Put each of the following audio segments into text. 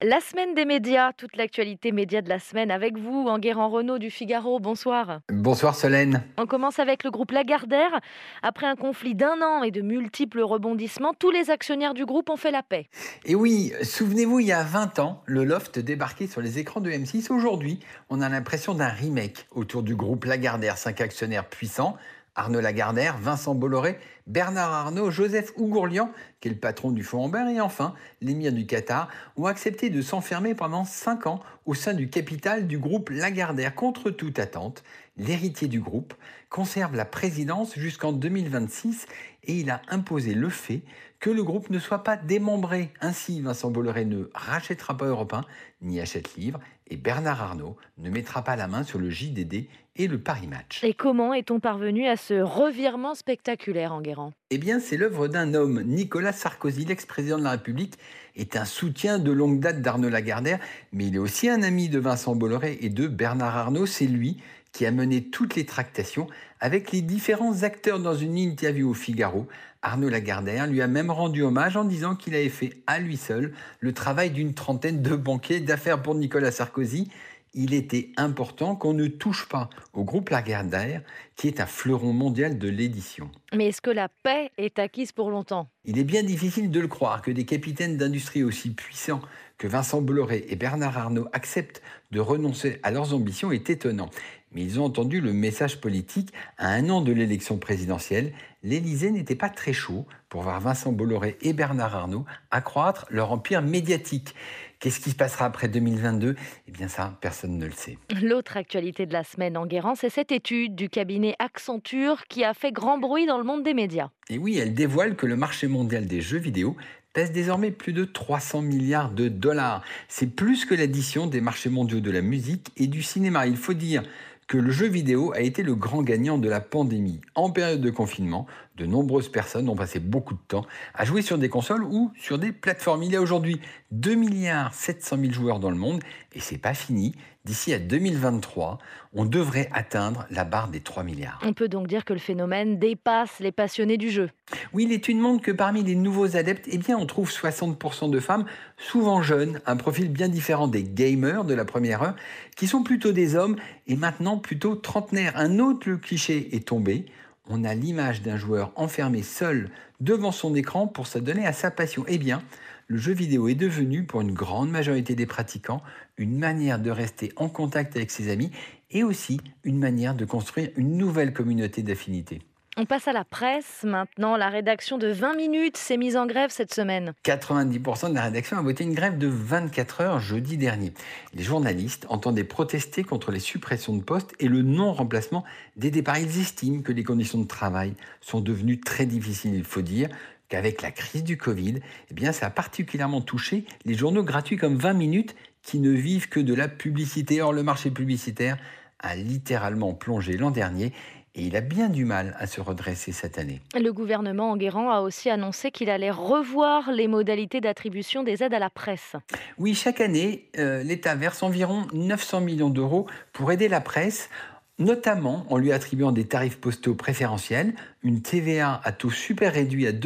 La semaine des médias, toute l'actualité média de la semaine avec vous, Enguerrand Renaud du Figaro. Bonsoir. Bonsoir Solène. On commence avec le groupe Lagardère. Après un conflit d'1 an et de multiples rebondissements, tous les actionnaires du groupe ont fait la paix. Et oui, souvenez-vous, il y a 20 ans, le Loft débarquait sur les écrans de M6. Aujourd'hui, on a l'impression d'un remake autour du groupe Lagardère. 5 actionnaires puissants: Arnaud Lagardère, Vincent Bolloré, Bernard Arnault, Joseph Ougourlian, qui est le patron du fonds Amber, et enfin l'émir du Qatar, ont accepté de s'enfermer pendant 5 ans au sein du capital du groupe Lagardère. Contre toute attente, l'héritier du groupe conserve la présidence jusqu'en 2026 et il a imposé le fait que le groupe ne soit pas démembré. Ainsi, Vincent Bolloré ne rachètera pas Europe 1 ni Hachette Livre et Bernard Arnault ne mettra pas la main sur le JDD et le Paris Match. Et comment est-on parvenu à ce revirement spectaculaire, Enguerrand? Eh bien, c'est l'œuvre d'un homme. Nicolas Sarkozy, l'ex-président de la République, est un soutien de longue date d'Arnaud Lagardère, mais il est aussi un ami de Vincent Bolloré et de Bernard Arnault. C'est lui qui a mené toutes les tractations avec les différents acteurs. Dans une interview au Figaro, Arnaud Lagardère lui a même rendu hommage en disant qu'il avait fait à lui seul le travail d'une trentaine de banquiers d'affaires. Pour Nicolas Sarkozy, il était important qu'on ne touche pas au groupe Lagardère, qui est un fleuron mondial de l'édition. Mais est-ce que la paix est acquise pour longtemps? Il est bien difficile de le croire que des capitaines d'industrie aussi puissants que Vincent Bolloré et Bernard Arnault acceptent de renoncer à leurs ambitions est étonnant. Mais ils ont entendu le message politique. À 1 an de l'élection présidentielle, l'Élysée n'était pas très chaud pour voir Vincent Bolloré et Bernard Arnault accroître leur empire médiatique. Qu'est-ce qui se passera après 2022 ? Eh bien ça, personne ne le sait. L'autre actualité de la semaine, Enguerrand, c'est cette étude du cabinet Accenture qui a fait grand bruit dans le monde des médias. Et oui, elle dévoile que le marché mondial des jeux vidéo pèse désormais plus de 300 milliards de dollars. C'est plus que l'addition des marchés mondiaux de la musique et du cinéma. Il faut dire que le jeu vidéo a été le grand gagnant de la pandémie. En période de confinement, de nombreuses personnes ont passé beaucoup de temps à jouer sur des consoles ou sur des plateformes. Il y a aujourd'hui 2 milliards 700 000 joueurs dans le monde et c'est pas fini. D'ici à 2023, on devrait atteindre la barre des 3 milliards. On peut donc dire que le phénomène dépasse les passionnés du jeu. Oui, l'étude montre que parmi les nouveaux adeptes, eh bien, on trouve 60% de femmes, souvent jeunes, un profil bien différent des gamers de la première heure, qui sont plutôt des hommes et maintenant plutôt trentenaires. Un autre cliché est tombé. On a l'image d'un joueur enfermé seul devant son écran pour s'adonner à sa passion. Eh bien, le jeu vidéo est devenu, pour une grande majorité des pratiquants, une manière de rester en contact avec ses amis et aussi une manière de construire une nouvelle communauté d'affinités. On passe à la presse maintenant. La rédaction de 20 minutes s'est mise en grève cette semaine. 90% de la rédaction a voté une grève de 24 heures jeudi dernier. Les journalistes entendaient protester contre les suppressions de postes et le non-remplacement des départs. Ils estiment que les conditions de travail sont devenues très difficiles. Il faut dire qu'avec la crise du Covid, eh bien, ça a particulièrement touché les journaux gratuits comme 20 minutes qui ne vivent que de la publicité. Or, le marché publicitaire a littéralement plongé l'an dernier et il a bien du mal à se redresser cette année. Le gouvernement Enguerrand a aussi annoncé qu'il allait revoir les modalités d'attribution des aides à la presse. Oui, chaque année, l'État verse environ 900 millions d'euros pour aider la presse, notamment en lui attribuant des tarifs postaux préférentiels, une TVA à taux super réduit à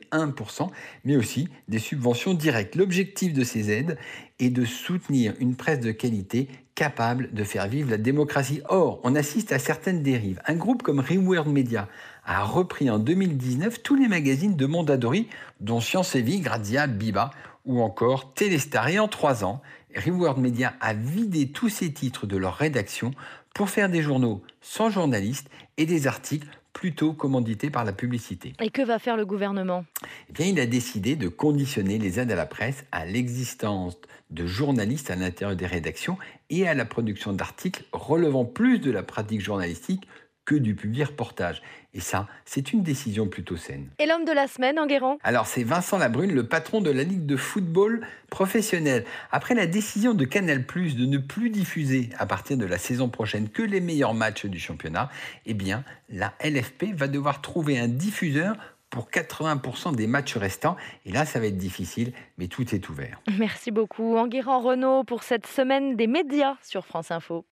2,1%, mais aussi des subventions directes. L'objectif de ces aides est de soutenir une presse de qualité capable de faire vivre la démocratie. Or, on assiste à certaines dérives. Un groupe comme Reward Media a repris en 2019 tous les magazines de Mondadori, dont Science et Vie, Grazia, Biba ou encore Téléstar. Et en 3 ans, Reward Media a vidé tous ses titres de leur rédaction pour faire des journaux sans journalistes et des articles plutôt commandités par la publicité. Et que va faire le gouvernement ? Eh bien, il a décidé de conditionner les aides à la presse à l'existence de journalistes à l'intérieur des rédactions et à la production d'articles relevant plus de la pratique journalistique que du public reportage. Et ça, c'est une décision plutôt saine. Et l'homme de la semaine, Enguerrand ? Alors, c'est Vincent Labrune, le patron de la Ligue de football professionnel. Après la décision de Canal+ de ne plus diffuser à partir de la saison prochaine que les meilleurs matchs du championnat, eh bien, la LFP va devoir trouver un diffuseur pour 80% des matchs restants. Et là, ça va être difficile, mais tout est ouvert. Merci beaucoup, Enguerrand Renaud, pour cette semaine des médias sur France Info.